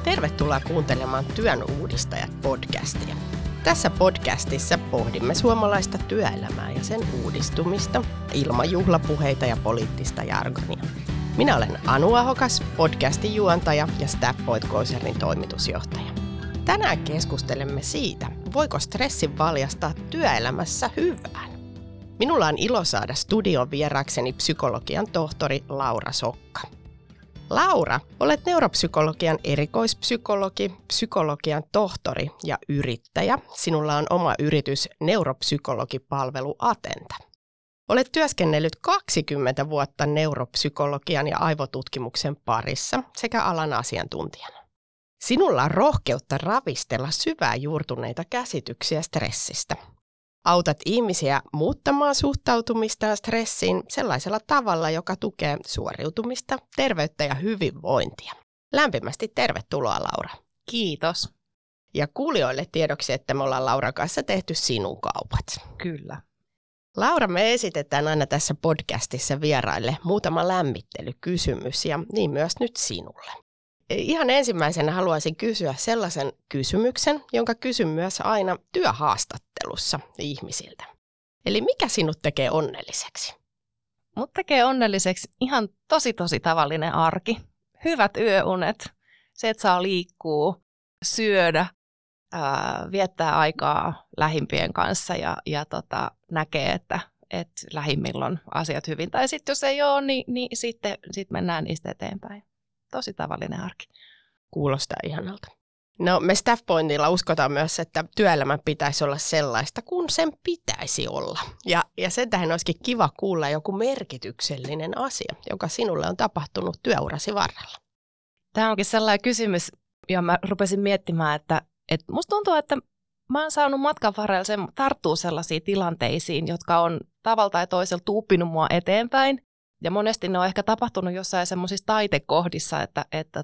Tervetuloa kuuntelemaan Työn uudistajat podcastia. Tässä podcastissa pohdimme suomalaista työelämää ja sen uudistumista ilman juhlapuheita ja poliittista jargonia. Minä olen Anu Ahokas, podcastin juontaja ja Staff Point-konsernin toimitusjohtaja. Tänään keskustelemme siitä, voiko stressin valjastaa työelämässä hyvään. Minulla on ilo saada studion vieraakseni psykologian tohtori Laura Sokka. Laura, olet neuropsykologian erikoispsykologi, psykologian tohtori ja yrittäjä. Sinulla on oma yritys neuropsykologipalvelu Atenta. Olet työskennellyt 20 vuotta neuropsykologian ja aivotutkimuksen parissa sekä alan asiantuntijana. Sinulla on rohkeutta ravistella syvään juurtuneita käsityksiä stressistä. Autat ihmisiä muuttamaan suhtautumistaan stressiin sellaisella tavalla, joka tukee suoriutumista, terveyttä ja hyvinvointia. Lämpimästi tervetuloa, Laura. Kiitos. Ja kuulijoille tiedoksi, että me ollaan Lauran kanssa tehty sinun kaupat. Kyllä. Laura, me esitetään aina tässä podcastissa vieraille muutama lämmittelykysymys ja niin myös nyt sinulle. Ihan ensimmäisenä haluaisin kysyä sellaisen kysymyksen, jonka kysyn myös aina työhaastattelussa ihmisiltä. Eli mikä sinut tekee onnelliseksi? Mut tekee onnelliseksi ihan tosi tavallinen arki. Hyvät yöunet, se, että saa liikkua, syödä, viettää aikaa lähimpien kanssa ja näkee, että lähimmillä on asiat hyvin. Tai sitten jos ei ole, niin sitten mennään niistä eteenpäin. Tosi tavallinen arki. Kuulostaa ihanalta. No, me Staff Pointilla uskotaan myös, että työelämän pitäisi olla sellaista, kun sen pitäisi olla. Ja sen tähän olisikin kiva kuulla joku merkityksellinen asia, joka sinulle on tapahtunut työurasi varrella. Tämä onkin sellainen kysymys, ja mä rupesin miettimään, että musta tuntuu, että mä oon saanut matkan varrella tarttua sellaisiin tilanteisiin, jotka on tavalla tai toisella tuupinut mua eteenpäin. Ja monesti ne on ehkä tapahtunut jossain semmoisissa taitekohdissa, että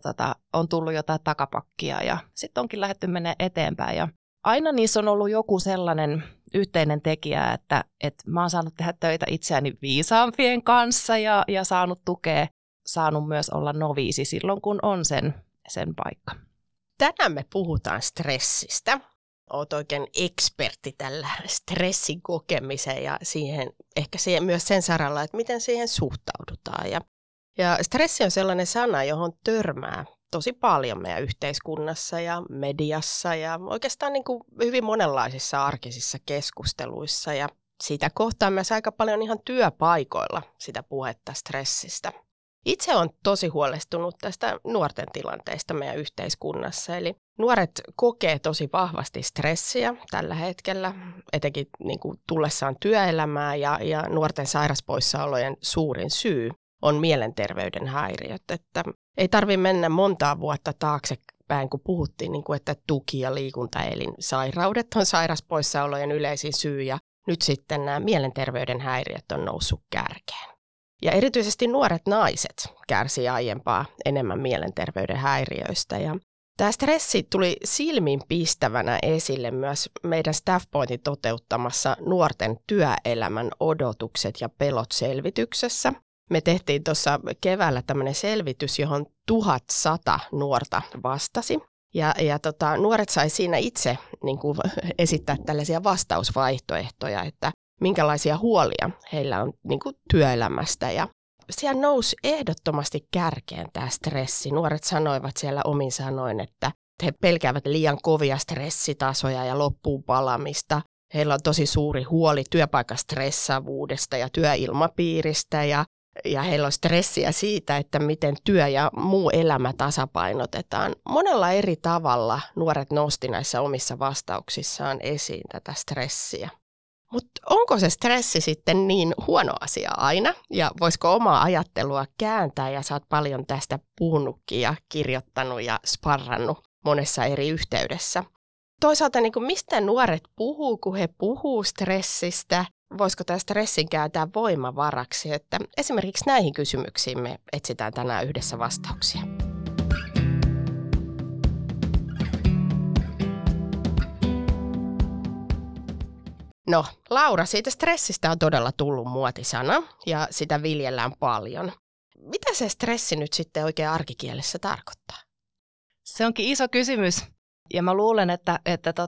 on tullut jotain takapakkia ja sitten onkin lähdetty menemään eteenpäin. Ja aina niissä on ollut joku sellainen yhteinen tekijä, että mä oon saanut tehdä töitä itseäni viisaampien kanssa ja saanut tukea, saanut myös olla noviisi silloin, kun on sen paikka. Tänään me puhutaan stressistä. Olet oikein ekspertti tällä stressin kokemiseen ja ehkä myös sen saralla, että miten siihen suhtaudutaan. Ja stressi on sellainen sana, johon törmää tosi paljon meidän yhteiskunnassa ja mediassa ja oikeastaan niin kuin hyvin monenlaisissa arkisissa keskusteluissa. Ja siitä kohtaa myös aika paljon ihan työpaikoilla sitä puhetta stressistä. Itse olen tosi huolestunut tästä nuorten tilanteesta meidän yhteiskunnassa, eli nuoret kokee tosi vahvasti stressiä tällä hetkellä, etenkin niin kuin tullessaan työelämään ja nuorten sairaspoissaolojen suurin syy on mielenterveyden häiriöt. Että ei tarvitse mennä montaa vuotta taaksepäin, kun puhuttiin, niin kuin, että tuki- ja liikuntaelinsairaudet on sairaspoissaolojen yleisin syy ja nyt sitten nämä mielenterveyden häiriöt on noussut kärkeen. Ja erityisesti nuoret naiset kärsivät aiempaa enemmän mielenterveyden häiriöistä. Ja tämä stressi tuli silmiinpistävänä esille myös meidän Staff Pointin toteuttamassa nuorten työelämän odotukset ja pelot selvityksessä. Me tehtiin tuossa keväällä tämmöinen selvitys, johon 1100 nuorta vastasi. Ja nuoret sai siinä itse niin kuin esittää tällaisia vastausvaihtoehtoja, että minkälaisia huolia heillä on niin kuin työelämästä. Ja siellä nousi ehdottomasti kärkeen tämä stressi. Nuoret sanoivat siellä omin sanoin, että he pelkäävät liian kovia stressitasoja ja loppuun palamista. Heillä on tosi suuri huoli työpaikan stressaavuudesta ja työilmapiiristä ja heillä on stressiä siitä, että miten työ ja muu elämä tasapainotetaan. Monella eri tavalla nuoret nosti näissä omissa vastauksissaan esiin tätä stressiä. Mutta onko se stressi sitten niin huono asia aina ja voisiko omaa ajattelua kääntää ja sä oot paljon tästä puhunutkin ja kirjoittanut ja sparrannut monessa eri yhteydessä. Toisaalta niin kuin mistä nuoret puhuu, kun he puhuu stressistä, voisiko tämä stressin kääntää voimavaraksi, että esimerkiksi näihin kysymyksiin me etsitään tänään yhdessä vastauksia. No, Laura, siitä stressistä on todella tullut muotisana ja sitä viljellään paljon. Mitä se stressi nyt sitten oikein arkikielessä tarkoittaa? Se onkin iso kysymys. Ja mä luulen, että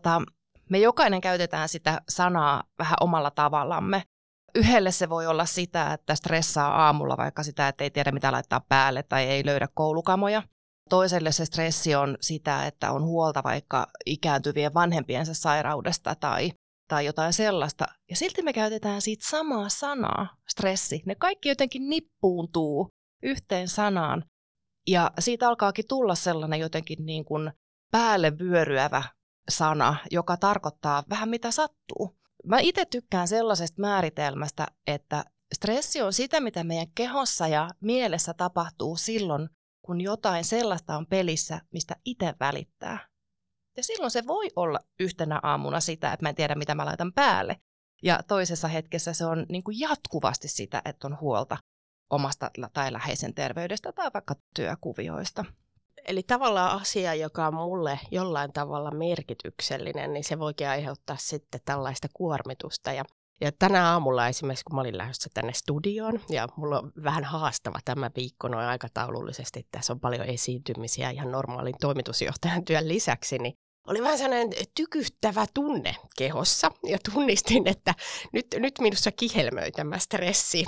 me jokainen käytetään sitä sanaa vähän omalla tavallamme. Yhdelle se voi olla sitä, että stressaa aamulla vaikka sitä, että ei tiedä mitä laittaa päälle tai ei löydä koulukamoja. Toiselle se stressi on sitä, että on huolta vaikka ikääntyvien vanhempiensa sairaudesta tai jotain sellaista. Ja silti me käytetään siitä samaa sanaa, stressi. Ne kaikki jotenkin nippuuntuu yhteen sanaan. Ja siitä alkaakin tulla sellainen jotenkin niin kuin päälle vyöryävä sana, joka tarkoittaa vähän mitä sattuu. Mä itse tykkään sellaisesta määritelmästä, että stressi on sitä, mitä meidän kehossa ja mielessä tapahtuu silloin, kun jotain sellaista on pelissä, mistä itse välittää. Ja silloin se voi olla yhtenä aamuna sitä, että mä en tiedä, mitä mä laitan päälle. Ja toisessa hetkessä se on niin kuin jatkuvasti sitä, että on huolta omasta tai läheisen terveydestä tai vaikka työkuvioista. Eli tavallaan asia, joka on mulle jollain tavalla merkityksellinen, niin se voikin aiheuttaa sitten tällaista kuormitusta. Ja tänä aamulla esimerkiksi, kun mä olin lähdössä tänne studioon, ja mulla on vähän haastava tämä viikko noin aikataulullisesti, tässä on paljon esiintymisiä ihan normaalin toimitusjohtajan työn lisäksi, niin oli vähän sellainen tykyttävä tunne kehossa, ja tunnistin, että nyt minussa kihelmöi tämä stressi.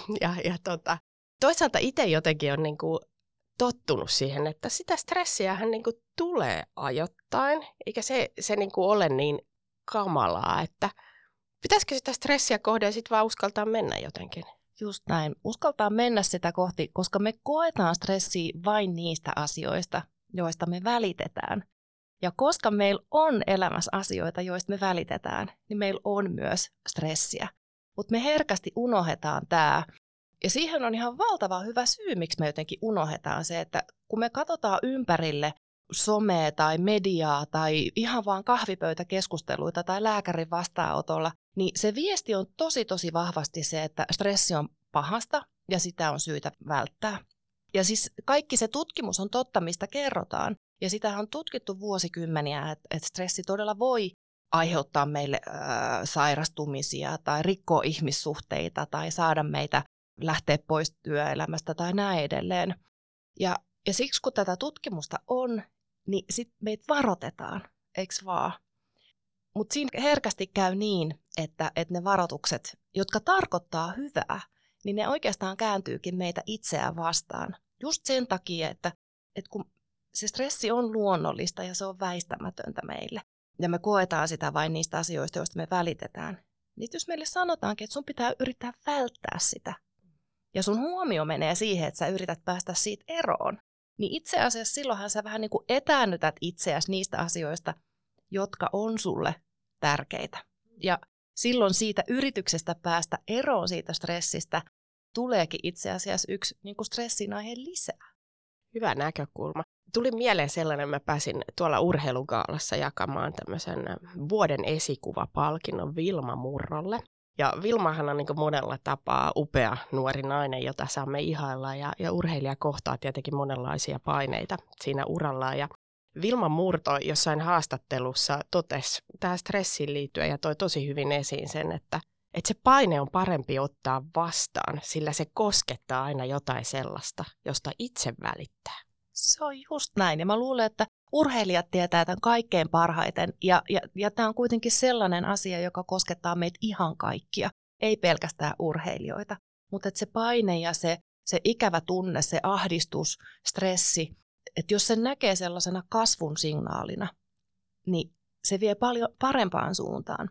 Toisaalta itse jotenkin on niin kuin tottunut siihen, että sitä stressiähän niin kuin tulee ajoittain, eikä se niin kuin ole niin kamalaa, että pitäisikö sitä stressiä kohden sitten vaan uskaltaa mennä jotenkin? Just näin. Uskaltaa mennä sitä kohti, koska me koetaan stressiä vain niistä asioista, joista me välitetään. Ja koska meillä on elämässä asioita, joista me välitetään, niin meillä on myös stressiä. Mutta me herkästi unohdetaan tämä. Ja siihen on ihan valtava hyvä syy, miksi me jotenkin unohdetaan se, että kun me katsotaan ympärille somea tai mediaa tai ihan vaan kahvipöytäkeskusteluita tai lääkärin vastaanotolla, niin se viesti on tosi vahvasti se, että stressi on pahasta ja sitä on syytä välttää. Ja siis kaikki se tutkimus on totta, mistä kerrotaan. Ja sitä on tutkittu vuosikymmeniä, että stressi todella voi aiheuttaa meille sairastumisia tai rikkoa ihmissuhteita tai saada meitä lähteä pois työelämästä tai näin edelleen. Ja siksi kun tätä tutkimusta on, niin sit meitä varoitetaan, eikö vaan? Mutta siinä herkästi käy niin, että ne varoitukset, jotka tarkoittaa hyvää, niin ne oikeastaan kääntyykin meitä itseään vastaan. Just sen takia, että kun se stressi on luonnollista ja se on väistämätöntä meille, ja me koetaan sitä vain niistä asioista, joista me välitetään, niin jos meille sanotaankin, että sun pitää yrittää välttää sitä, ja sun huomio menee siihen, että sä yrität päästä siitä eroon, niin itse asiassa silloinhan sä vähän niin kuin etäännytät itseäsi niistä asioista, jotka on sulle tärkeitä. Ja silloin siitä yrityksestä päästä eroon siitä stressistä tuleekin itse asiassa yksi niin kuin stressin aihe lisää. Hyvä näkökulma. Tuli mieleen sellainen, mä pääsin tuolla urheilugaalassa jakamaan tämmöisen vuoden esikuvapalkinnon Vilma Murrolle. Ja Vilmahan on niin kuin monella tapaa upea nuori nainen, jota saamme ihailla ja urheilija kohtaa tietenkin monenlaisia paineita siinä urallaan. Ja Vilma Murto jossain haastattelussa totesi tähän stressiin liittyen ja toi tosi hyvin esiin sen, että se paine on parempi ottaa vastaan, sillä se koskettaa aina jotain sellaista, josta itse välittää. Se on just näin ja mä luulen, että urheilijat tietää tämän kaikkein parhaiten ja tämä on kuitenkin sellainen asia, joka koskettaa meitä ihan kaikkia, ei pelkästään urheilijoita. Mutta että se paine ja se ikävä tunne, se ahdistus, stressi, että jos se näkee sellaisena kasvun signaalina, niin se vie paljon parempaan suuntaan.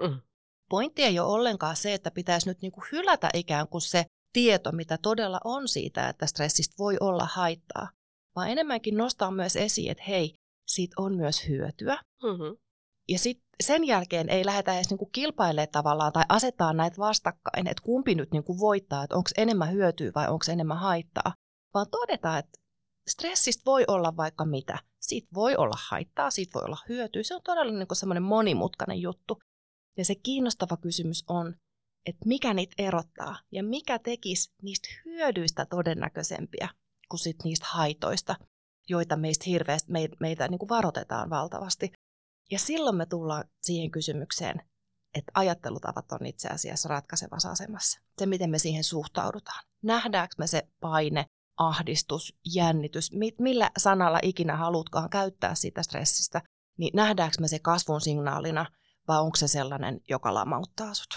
Pointti ei ole ollenkaan se, että pitäisi nyt niinku hylätä ikään kuin se tieto, mitä todella on siitä, että stressistä voi olla haittaa, vaan enemmänkin nostaa myös esiin, että hei, siitä on myös hyötyä. Ja sitten sen jälkeen ei lähdetä edes niinku kilpailemaan tavallaan tai asettaa näitä vastakkain, että kumpi nyt niinku voittaa, että onko enemmän hyötyä vai onko enemmän haittaa, vaan todetaan, että stressistä voi olla vaikka mitä. Siitä voi olla haittaa, siitä voi olla hyötyä. Se on todella niinku semmoinen monimutkainen juttu. Ja se kiinnostava kysymys on, että mikä niitä erottaa ja mikä tekisi niistä hyödyistä todennäköisempiä kuin sit niistä haitoista, joita meistä hirveästi meitä niin kuin varoitetaan valtavasti. Ja silloin me tullaan siihen kysymykseen, että ajattelutavat on itse asiassa ratkaisevassa asemassa. Se, miten me siihen suhtaudutaan. Nähdäänkö me se paine ahdistus, jännitys, millä sanalla ikinä haluatkaan käyttää siitä stressistä, niin nähdäänkö me se kasvun signaalina vai onko se sellainen, joka lamauttaa sut?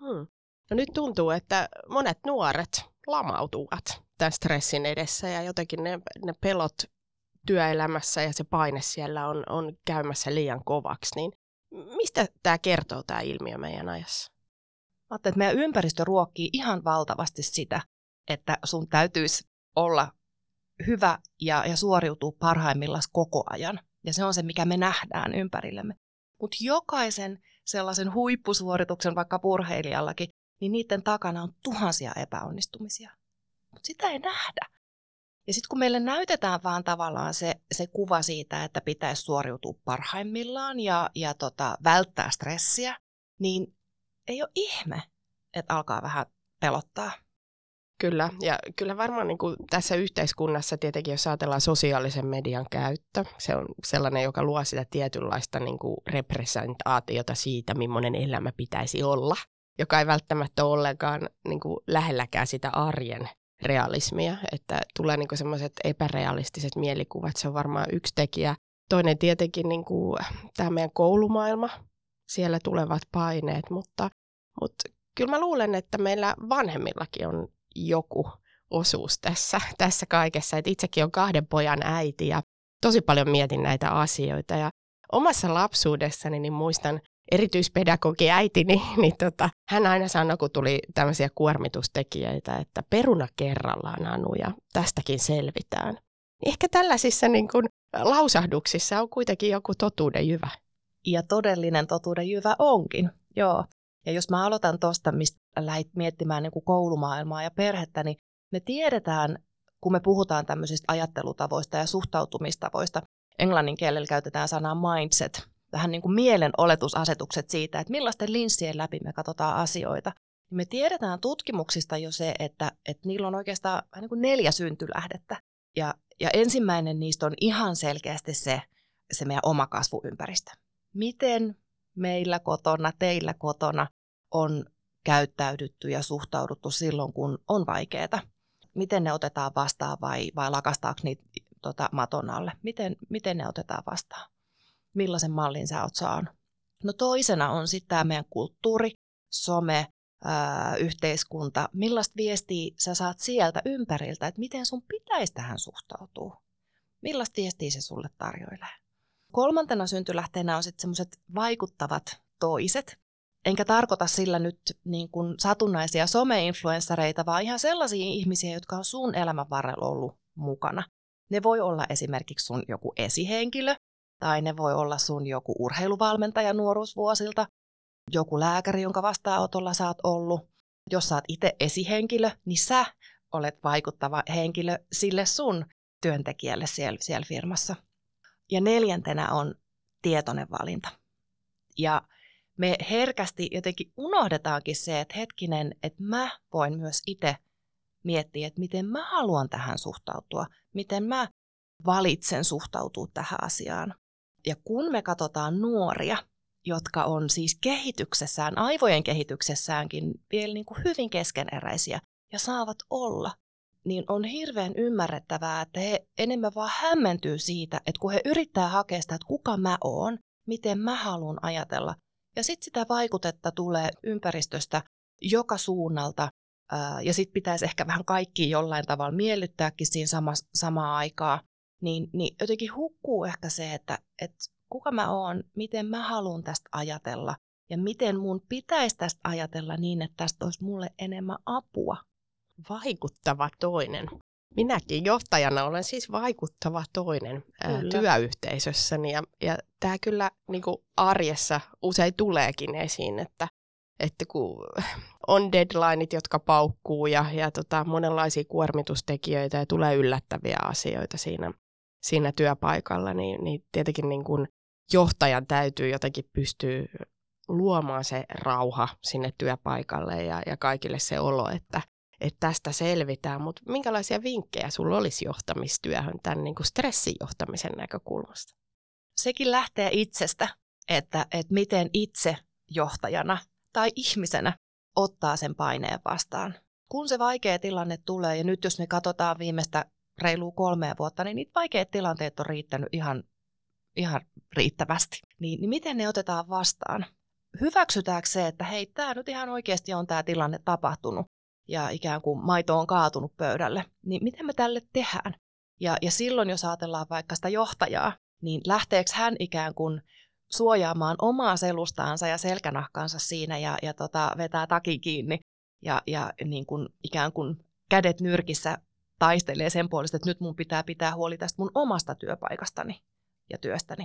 No nyt tuntuu, että monet nuoret lamautuvat tämän stressin edessä ja jotenkin ne pelot työelämässä ja se paine siellä on käymässä liian kovaksi. Niin mistä tämä kertoo, tämä ilmiö meidän ajassa? Mä ajattelin, että meidän ympäristö ruokkii ihan valtavasti sitä, että sun täytyisi olla hyvä ja suoriutua parhaimmillaan koko ajan. Ja se on se, mikä me nähdään ympärillemme. Mutta jokaisen sellaisen huippusuorituksen, vaikka urheilijallakin, niin niiden takana on tuhansia epäonnistumisia. Mutta sitä ei nähdä. Ja sitten kun meille näytetään vaan tavallaan se kuva siitä, että pitäisi suoriutua parhaimmillaan ja välttää stressiä, niin ei ole ihme, että alkaa vähän pelottaa. Kyllä, ja kyllä varmaan niin kuin tässä yhteiskunnassa tietenkin, jos ajatellaan sosiaalisen median käyttö, se on sellainen, joka luo sitä tietynlaista niin kuin representaatiota siitä, millainen elämä pitäisi olla, joka ei välttämättä ole ollenkaan niin kuin lähelläkään sitä arjen realismia, että tulee niin kuin sellaiset epärealistiset mielikuvat, se on varmaan yksi tekijä. Toinen tietenkin niin kuin tämä meidän koulumaailma, siellä tulevat paineet, mutta kyllä mä luulen, että meillä vanhemmillakin on joku osuus tässä kaikessa. Et itsekin olen 2 pojan äiti ja tosi paljon mietin näitä asioita. Ja omassa lapsuudessani niin muistan erityispedagogi äitini, niin hän aina sanoi, kun tuli tämmöisiä kuormitustekijöitä, että peruna kerrallaan, Anu, ja tästäkin selvitään. Ehkä tällaisissa niin kuin lausahduksissa on kuitenkin joku totuuden jyvä. Ja todellinen totuuden jyvä onkin, joo. Ja jos mä aloitan tuosta, mistä lähdit miettimään niin kuin koulumaailmaa ja perhettä, niin me tiedetään, kun me puhutaan tämmöisistä ajattelutavoista ja suhtautumistavoista, englannin kielellä käytetään sanaa mindset, vähän niin kuin mielen oletusasetukset siitä, että millaisten linssien läpi me katsotaan asioita. Me tiedetään tutkimuksista jo se, että niillä on oikeastaan vähän niin kuin 4 syntylähdettä. Ja ensimmäinen niistä on ihan selkeästi se meidän oma kasvuympäristö. Miten meillä kotona, teillä kotona on käyttäydytty ja suhtauduttu silloin, kun on vaikeaa? Miten ne otetaan vastaan vai lakastaako niitä maton alle? Miten ne otetaan vastaan? Millaisen mallin sä oot saanut? No toisena on sitten tämä meidän kulttuuri, some, yhteiskunta. Millaista viestiä sä saat sieltä ympäriltä, että miten sun pitäisi tähän suhtautua? Millaista viestiä se sulle tarjoilee? 3. syntylähteenä on sitten semmoiset vaikuttavat toiset. Enkä tarkoita sillä nyt niin kuin satunnaisia some-influenssareita, vaan ihan sellaisia ihmisiä, jotka on sun elämän varrella ollut mukana. Ne voi olla esimerkiksi sun joku esihenkilö, tai ne voi olla sun joku urheiluvalmentaja nuoruusvuosilta, joku lääkäri, jonka vastaanotolla sä oot ollut. Jos sä oot itse esihenkilö, niin sä olet vaikuttava henkilö sille sun työntekijälle siellä firmassa. Ja 4. on tietoinen valinta. Ja me herkästi jotenkin unohdetaankin se, että hetkinen, että mä voin myös itse miettiä, että miten mä haluan tähän suhtautua, miten mä valitsen suhtautua tähän asiaan. Ja kun me katsotaan nuoria, jotka on siis kehityksessään, aivojen kehityksessäänkin vielä niin kuin hyvin keskeneräisiä ja saavat olla, niin on hirveän ymmärrettävää, että he enemmän vaan hämmentyy siitä, että kun he yrittää hakea sitä, että kuka mä oon, miten mä haluan ajatella. Ja sitten sitä vaikutetta tulee ympäristöstä joka suunnalta, ja sitten pitäisi ehkä vähän kaikkia jollain tavalla miellyttääkin siinä samaa aikaa, niin jotenkin hukkuu ehkä se, että kuka mä oon, miten mä haluan tästä ajatella, ja miten mun pitäisi tästä ajatella niin, että tästä olisi mulle enemmän apua. Vaikuttava toinen. Minäkin johtajana olen siis vaikuttava toinen työyhteisössäni ja tämä kyllä niin kuin arjessa usein tuleekin esiin, että kun on deadlineit, jotka paukkuu ja monenlaisia kuormitustekijöitä ja tulee yllättäviä asioita siinä työpaikalla, niin tietenkin niin kuin johtajan täytyy jotenkin pystyä luomaan se rauha sinne työpaikalle ja kaikille se olo, että tästä selvitään, mutta minkälaisia vinkkejä sulla olisi johtamistyöhön tämän niin kuin stressijohtamisen näkökulmasta? Sekin lähtee itsestä, että miten itse johtajana tai ihmisenä ottaa sen paineen vastaan. kun se vaikea tilanne tulee, ja nyt jos me katsotaan viimeistä reilua 3 vuotta, niin niitä vaikeat tilanteet on riittänyt ihan riittävästi. Niin miten ne otetaan vastaan? Hyväksytäänkö se, että hei, tämä nyt ihan oikeasti on tämä tilanne tapahtunut, ja ikään kuin maito on kaatunut pöydälle, niin miten me tälle tehdään? Ja silloin, jos ajatellaan vaikka sitä johtajaa, niin lähteekö hän ikään kuin suojaamaan omaa selustaansa ja selkänahkaansa siinä ja vetää takin kiinni ja niin kuin ikään kuin kädet nyrkissä taistelee sen puolesta, että nyt mun pitää pitää huoli tästä mun omasta työpaikastani ja työstäni.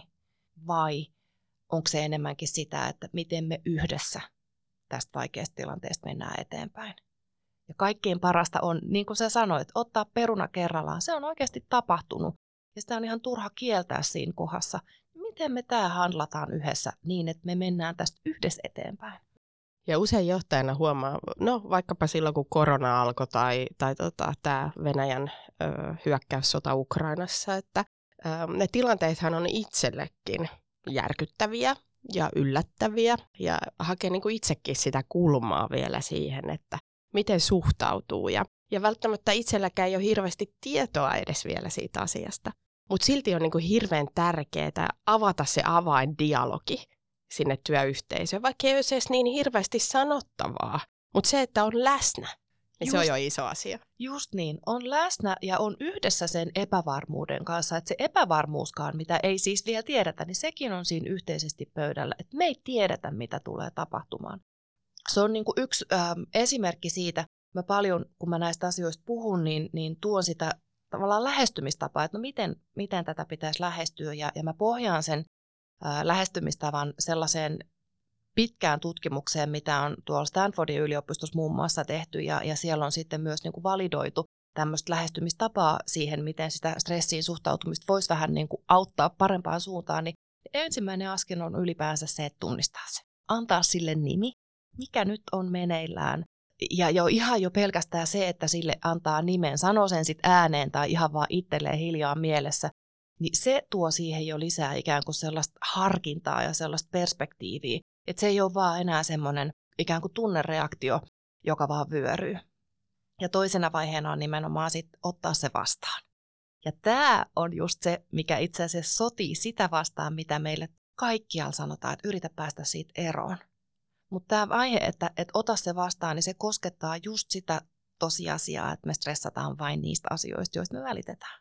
Vai onko se enemmänkin sitä, että miten me yhdessä tästä vaikeasta tilanteesta mennään eteenpäin? Ja kaikkein parasta on, niin kuin sä sanoit, ottaa peruna kerrallaan. Se on oikeasti tapahtunut ja sitä on ihan turha kieltää siinä kohdassa. Miten me tämä handlataan yhdessä niin, että me mennään tästä yhdessä eteenpäin? Ja usein johtajana huomaa, no vaikkapa silloin kun korona alkoi tai tämä Venäjän hyökkäyssota Ukrainassa, että ne tilanteethan on itsellekin järkyttäviä ja yllättäviä ja hakee niin kuin itsekin sitä kulmaa vielä siihen, että miten suhtautuu. Ja välttämättä itselläkään ei ole hirveästi tietoa edes vielä siitä asiasta. Mutta silti on niin kuin hirveän tärkeää avata se avaindialogi sinne työyhteisöön, vaikka ei ole edes niin hirveästi sanottavaa. Mutta se, että on läsnä, niin se on jo iso asia. Just niin, on läsnä ja on yhdessä sen epävarmuuden kanssa. Että se epävarmuuskaan, mitä ei siis vielä tiedetä, niin sekin on siinä yhteisesti pöydällä. Että me ei tiedetä, mitä tulee tapahtumaan. Se on niin kuin yksi esimerkki siitä. Mä paljon, kun mä näistä asioista puhun, niin tuon sitä tavallaan lähestymistapaa, että no miten tätä pitäisi lähestyä. Ja mä pohjaan sen lähestymistavan sellaiseen pitkään tutkimukseen, mitä on tuolla Stanfordin yliopistossa muun muassa tehty. Ja siellä on sitten myös niin kuin validoitu tämmöistä lähestymistapaa siihen, miten sitä stressiin suhtautumista voisi vähän niin kuin auttaa parempaan suuntaan. Niin ensimmäinen askel on ylipäänsä se, että tunnistaa se. Antaa sille nimi, mikä nyt on meneillään. Ja ihan jo pelkästään se, että sille antaa nimen, sanoo sen sitten ääneen tai ihan vaan itselleen hiljaa mielessä, niin se tuo siihen jo lisää ikään kuin sellaista harkintaa ja sellaista perspektiiviä. Että se ei ole vaan enää semmoinen ikään kuin tunnereaktio, joka vaan vyöryy. Ja toisena vaiheena on nimenomaan sitten ottaa se vastaan. Ja tämä on just se, mikä itse asiassa sotii sitä vastaan, mitä meille kaikkialla sanotaan, että yritä päästä siitä eroon. Mutta tämä vaihe, että ota se vastaan, niin se koskettaa just sitä tosiasiaa, että me stressataan vain niistä asioista, joista me välitetään.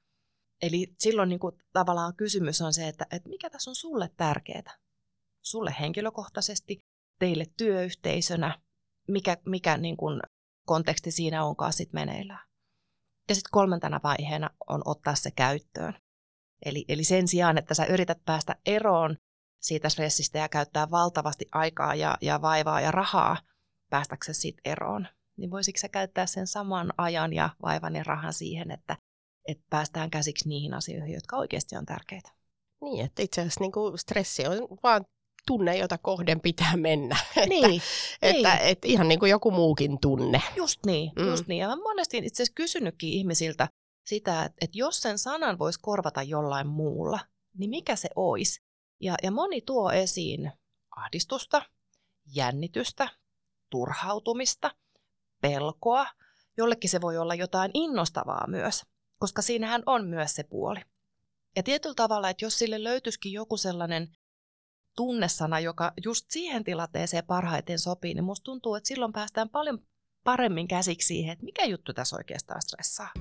Eli silloin niin kuin tavallaan kysymys on se, että mikä tässä on sulle tärkeää? Sulle henkilökohtaisesti, teille työyhteisönä, mikä niin kuin konteksti siinä onkaan sitten meneillään. Ja sitten 3. vaiheena on ottaa se käyttöön. Eli sen sijaan, että sä yrität päästä eroon siitä stressistä ja käyttää valtavasti aikaa ja vaivaa ja rahaa päästäksesi siitä eroon, niin voisitko sä käyttää sen saman ajan ja vaivan ja rahan siihen, että päästään käsiksi niihin asioihin, jotka oikeasti on tärkeitä. Niin, että itse asiassa niin kuin stressi on vaan tunne, jota kohden pitää mennä. Niin, että ihan niin kuin joku muukin tunne. Just niin. Ja mä monesti itse asiassa kysynytkin ihmisiltä sitä, että jos sen sanan voisi korvata jollain muulla, niin mikä se olisi? Ja moni tuo esiin ahdistusta, jännitystä, turhautumista, pelkoa. Jollekin se voi olla jotain innostavaa myös, koska siinähän on myös se puoli. Ja tietyllä tavalla, että jos sille löytyisikin joku sellainen tunnesana, joka just siihen tilanteeseen parhaiten sopii, niin musta tuntuu, että silloin päästään paljon paremmin käsiksi siihen, että mikä juttu tässä oikeastaan stressaa.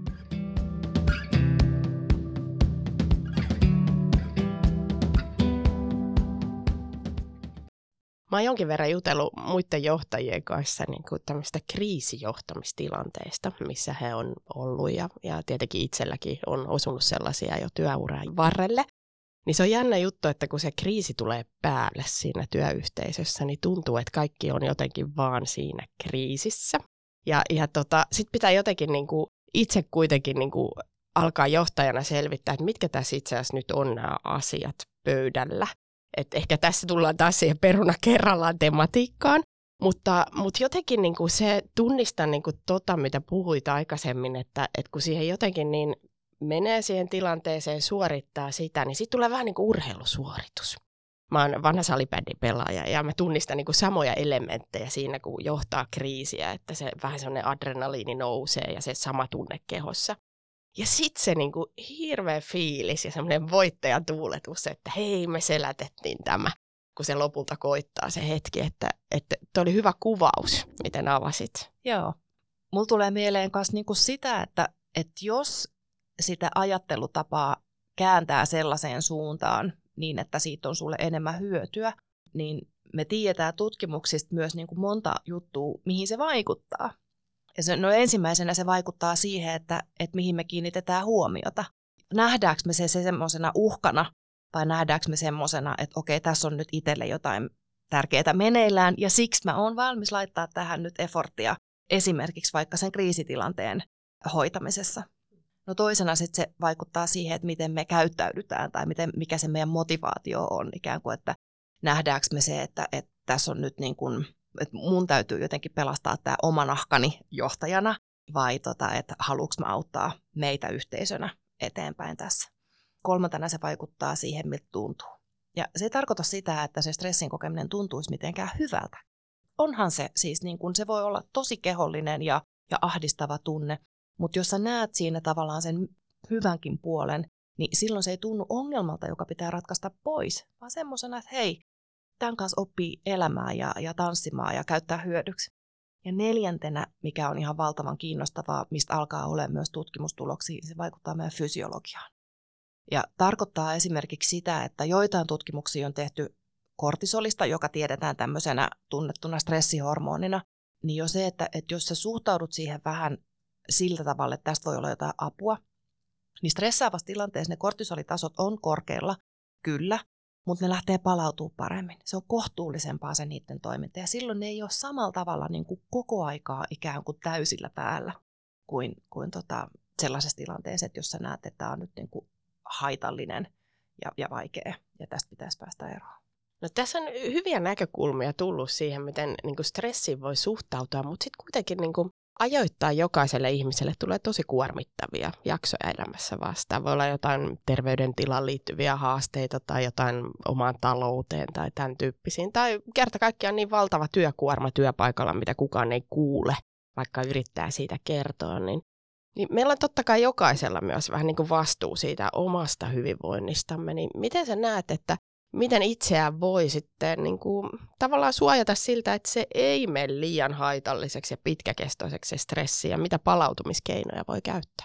Mä oon jonkin verran jutellut muiden johtajien kanssa niin kuin tämmöistä kriisijohtamistilanteista, missä he on ollut ja tietenkin itselläkin on osunut sellaisia jo työuran varrelle. Niin se on jännä juttu, että kun se kriisi tulee päälle siinä työyhteisössä, niin tuntuu, että kaikki on jotenkin vaan siinä kriisissä. Ja sitten pitää jotenkin niin kuin itse kuitenkin niin kuin alkaa johtajana selvittää, että mitkä tässä itse asiassa nyt on nämä asiat pöydällä. Et ehkä tässä tullaan taas siihen peruna kerrallaan tematiikkaan, mutta jotenkin niin kuin se tunnistaa niin kuin mitä puhuit aikaisemmin, että kun siihen jotenkin niin menee siihen tilanteeseen, suorittaa sitä, niin sitten tulee vähän niin kuin urheilusuoritus. mä oon vanha salibändipelaaja ja mä tunnistan niin kuin samoja elementtejä siinä, kun johtaa kriisiä, että se vähän semmoinen adrenaliini nousee ja se sama tunne kehossa. Ja sitten se niin kuin hirveä fiilis ja semmoinen voittajatuuletus, että hei, me selätettiin tämä, kun se lopulta koittaa se hetki, että toi oli hyvä kuvaus, miten avasit. Joo. Mulla tulee mieleen myös niinku sitä, että jos sitä ajattelutapaa kääntää sellaiseen suuntaan niin, että siitä on sulle enemmän hyötyä, niin me tiedetään tutkimuksista myös niinku monta juttua, mihin se vaikuttaa. Ja ensimmäisenä se vaikuttaa siihen, että mihin me kiinnitetään huomiota. Nähdäänkö me se semmoisena uhkana vai nähdäänkö me semmoisena, että okei, tässä on nyt itselle jotain tärkeää meneillään ja siksi mä oon valmis laittaa tähän nyt efforttia esimerkiksi vaikka sen kriisitilanteen hoitamisessa. No toisena sitten se vaikuttaa siihen, että miten me käyttäydytään tai mikä se meidän motivaatio on ikään kuin, että nähdäänkö me se, että tässä on nyt niin kuin, että mun täytyy jotenkin pelastaa tämä oma nahkani johtajana vai että haluanko mä auttaa meitä yhteisönä eteenpäin tässä. Kolmantena se vaikuttaa siihen, miltä tuntuu. Ja se ei tarkoita sitä, että se stressin kokeminen tuntuisi mitenkään hyvältä. Onhan se siis niin kuin se voi olla tosi kehollinen ja ahdistava tunne, mutta jos sä näet siinä tavallaan sen hyvänkin puolen, niin silloin se ei tunnu ongelmalta, joka pitää ratkaista pois, vaan semmoisena, että hei, tämän kanssa oppii elämään ja tanssimaan ja käyttää hyödyksi. Ja neljäntenä, mikä on ihan valtavan kiinnostavaa, mistä alkaa olemaan myös tutkimustuloksia, se vaikuttaa meidän fysiologiaan. Ja tarkoittaa esimerkiksi sitä, että joitain tutkimuksia on tehty kortisolista, joka tiedetään tämmöisenä tunnettuna stressihormonina, niin jo se, että jos sä suhtaudut siihen vähän sillä tavalla, että tästä voi olla jotain apua, niin stressaavassa tilanteessa ne kortisolitasot on korkealla, kyllä, mutta ne lähtee palautumaan paremmin. Se on kohtuullisempaa se niiden toiminta ja silloin ne ei ole samalla tavalla niin kuin koko aikaa ikään kuin täysillä päällä kuin sellaisessa tilanteessa, että jos sä näet, että tämä on nyt niin kuin haitallinen ja vaikea ja tästä pitäisi päästä eroon. No, tässä on hyviä näkökulmia tullut siihen, miten niin kuin stressiin voi suhtautua, mutta sitten kuitenkin niin kuin ajoittain jokaiselle ihmiselle tulee tosi kuormittavia jaksoja elämässä vastaan. Voi olla jotain terveydentilaan liittyviä haasteita tai jotain omaan talouteen tai tämän tyyppisiin. Tai kerta kaikkiaan niin valtava työkuorma työpaikalla, mitä kukaan ei kuule, vaikka yrittää siitä kertoa. Niin meillä on totta kai jokaisella myös vähän niin kuin vastuu siitä omasta hyvinvoinnistamme. Niin miten sä näet, että miten itseään voi sitten niin kuin tavallaan suojata siltä, että se ei mene liian haitalliseksi ja pitkäkestoiseksi se stressi ja mitä palautumiskeinoja voi käyttää?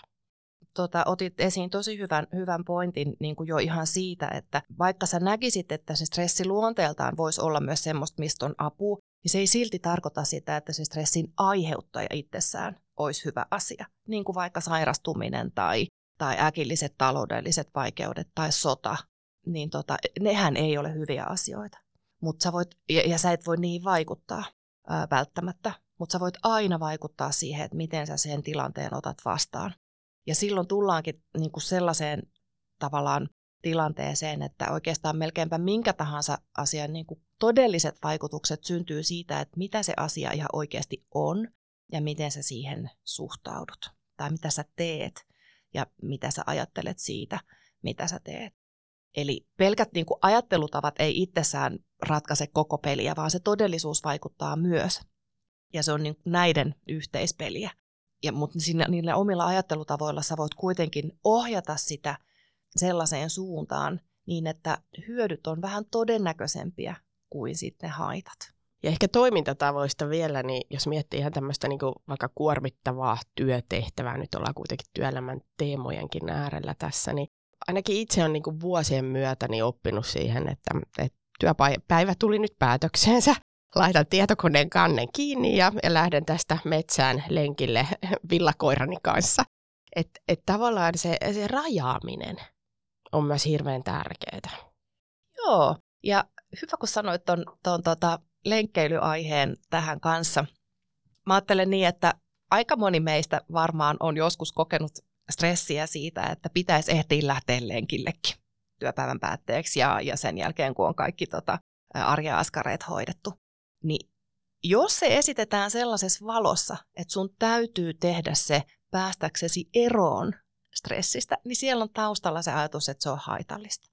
Otit esiin tosi hyvän pointin niin kuin jo ihan siitä, että vaikka sä näkisit, että se stressi luonteeltaan voisi olla myös semmoista, mistä on apua, niin se ei silti tarkoita sitä, että se stressin aiheuttaja itsessään olisi hyvä asia. Niin kuin vaikka sairastuminen tai äkilliset taloudelliset vaikeudet tai sota. Niin nehän ei ole hyviä asioita. Sä voit, ja sä et voi niihin vaikuttaa välttämättä, mutta sä voit aina vaikuttaa siihen, että miten sä sen tilanteen otat vastaan. Ja silloin tullaankin niin kuin sellaiseen tavallaan tilanteeseen, että oikeastaan melkeinpä minkä tahansa asian niin kuin todelliset vaikutukset syntyy siitä, että mitä se asia ihan oikeasti on ja miten sä siihen suhtaudut. Tai mitä sä teet ja mitä sä ajattelet siitä, mitä sä teet. Eli pelkät niin kuin ajattelutavat ei itsessään ratkaise koko peliä, vaan se todellisuus vaikuttaa myös. Ja se on niin näiden yhteispeliä. Mutta niillä omilla ajattelutavoilla sä voit kuitenkin ohjata sitä sellaiseen suuntaan niin, että hyödyt on vähän todennäköisempiä kuin sitten haitat. Ja ehkä toimintatavoista vielä, niin jos miettii ihan tämmöistä niin kuin vaikka kuormittavaa työtehtävää, nyt ollaan kuitenkin työelämän teemojenkin äärellä tässä, niin ainakin itse on niin kuin vuosien myötä niin oppinut siihen, että työpäivä tuli nyt päätökseensä. Laitan tietokoneen kannen kiinni ja lähden tästä metsään lenkille villakoirani kanssa. Et tavallaan se rajaaminen on myös hirveän tärkeää. Joo, ja hyvä kun sanoit tuon lenkkeilyaiheen tähän kanssa. Mä ajattelen niin, että aika moni meistä varmaan on joskus kokenut stressiä siitä, että pitäisi ehtiä lähteä lenkillekin työpäivän päätteeksi ja sen jälkeen, kun on kaikki arjen askareet hoidettu. Niin jos se esitetään sellaisessa valossa, että sun täytyy tehdä se päästäksesi eroon stressistä, niin siellä on taustalla se ajatus, että se on haitallista.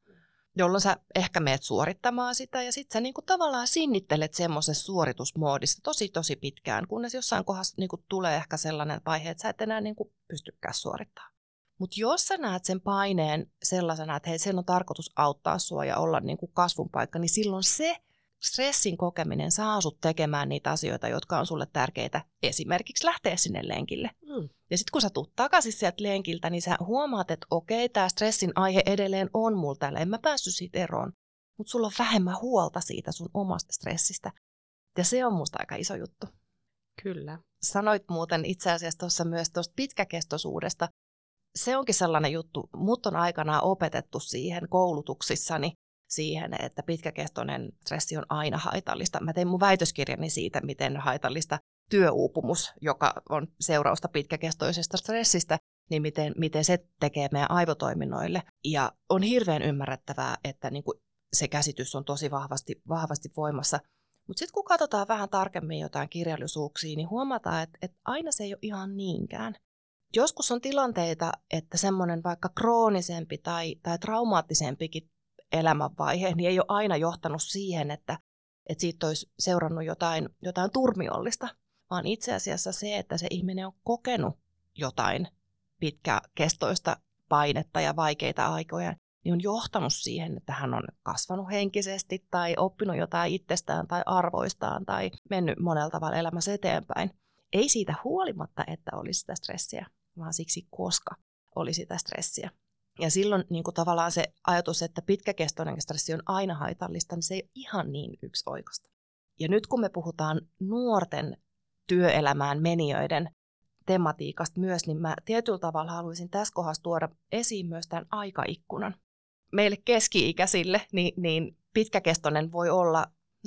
jolloin sä ehkä meet suorittamaan sitä ja sitten sä niinku tavallaan sinnittelet semmoisessa suoritusmoodissa tosi pitkään, kunnes jossain kohdassa niinku tulee ehkä sellainen vaihe, että sä et enää niinku pystykään suorittamaan. Mutta jos sä näet sen paineen sellaisena, että hei, sen on tarkoitus auttaa sua ja olla niinku kasvun paikka, niin silloin se stressin kokeminen saa sut tekemään niitä asioita, jotka on sulle tärkeitä. Esimerkiksi lähteä sinne lenkille. Ja sitten kun sä tuut takaisin sieltä lenkiltä, niin sä huomaat, että okei, tämä stressin aihe edelleen on mulla täällä. En mä päässyt siitä eroon. Mutta sulla on vähemmän huolta siitä sun omasta stressistä. Ja se on musta aika iso juttu. Kyllä. Sanoit muuten itse asiassa tuossa myös tuosta pitkäkestoisuudesta. Se onkin sellainen juttu. Mut on aikanaan opetettu siihen koulutuksissani, siihen, että pitkäkestoinen stressi on aina haitallista. Mä tein mun väitöskirjani siitä, miten haitallista työuupumus, joka on seurausta pitkäkestoisesta stressistä, niin miten se tekee meidän aivotoiminnoille. Ja on hirveän ymmärrettävää, että niin kuin se käsitys on tosi vahvasti voimassa. Mutta sitten kun katsotaan vähän tarkemmin jotain kirjallisuuksia, niin huomataan, että aina se ei ole ihan niinkään. Joskus on tilanteita, että semmoinen vaikka kroonisempi tai traumaattisempikin elämänvaihe, niin ei ole aina johtanut siihen, että siitä olisi seurannut jotain turmiollista, vaan itse asiassa se, että se ihminen on kokenut jotain pitkäkestoista painetta ja vaikeita aikoja, niin on johtanut siihen, että hän on kasvanut henkisesti tai oppinut jotain itsestään tai arvoistaan tai mennyt monella tavalla elämässä eteenpäin. Ei siitä huolimatta, että olisi sitä stressiä, vaan siksi, koska oli sitä stressiä. Ja silloin niin kuin tavallaan se ajatus, että pitkäkestoinen stressi on aina haitallista, niin se ei ole ihan niin yksioikoista. Ja nyt kun me puhutaan nuorten työelämään menijöiden tematiikasta myös, niin mä tietyllä tavalla haluaisin tässä kohdassa tuoda esiin myös tämän aikaikkunan. Meille keski-ikäisille niin pitkäkestoinen voi olla,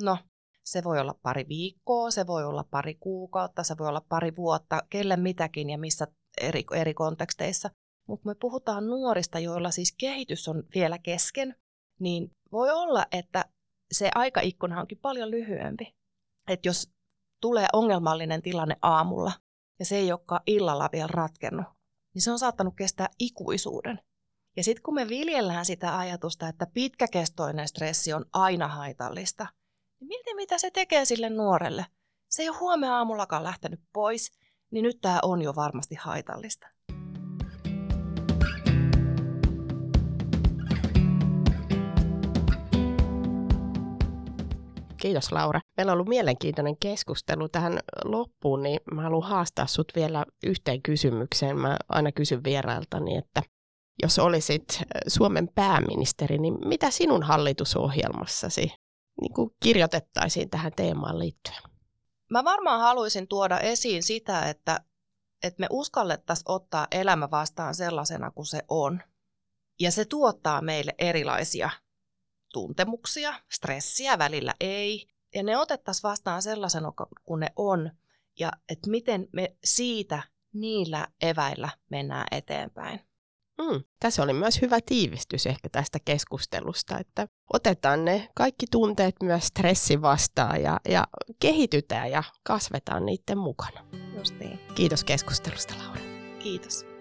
se voi olla pari viikkoa, se voi olla pari kuukautta, se voi olla pari vuotta, kelle mitäkin ja missä eri konteksteissa. Mutta me puhutaan nuorista, joilla siis kehitys on vielä kesken, niin voi olla, että se aikaikkuna onkin paljon lyhyempi. Että jos tulee ongelmallinen tilanne aamulla ja se ei olekaan illalla vielä ratkennut, niin se on saattanut kestää ikuisuuden. Ja sitten kun me viljellään sitä ajatusta, että pitkäkestoinen stressi on aina haitallista, niin mieti mitä se tekee sille nuorelle. Se ei ole huomenna aamullakaan lähtenyt pois, niin nyt tämä on jo varmasti haitallista. Kiitos Laura. Meillä on ollut mielenkiintoinen keskustelu tähän loppuun, niin mä haluan haastaa sut vielä yhteen kysymykseen. Mä aina kysyn vierailtani, että jos olisit Suomen pääministeri, niin mitä sinun hallitusohjelmassasi niin kuin kirjoitettaisiin tähän teemaan liittyen? Mä varmaan haluaisin tuoda esiin sitä, että me uskallettaisiin ottaa elämä vastaan sellaisena kuin se on. Ja se tuottaa meille erilaisia tuntemuksia, stressiä välillä ei. Ja ne otettaisiin vastaan sellaisena kuin ne on. Ja että miten me siitä niillä eväillä mennään eteenpäin. Tässä oli myös hyvä tiivistys ehkä tästä keskustelusta, että otetaan ne kaikki tunteet myös stressi vastaan ja kehitytään ja kasvetaan niiden mukana. Just niin. Kiitos keskustelusta, Laura. Kiitos.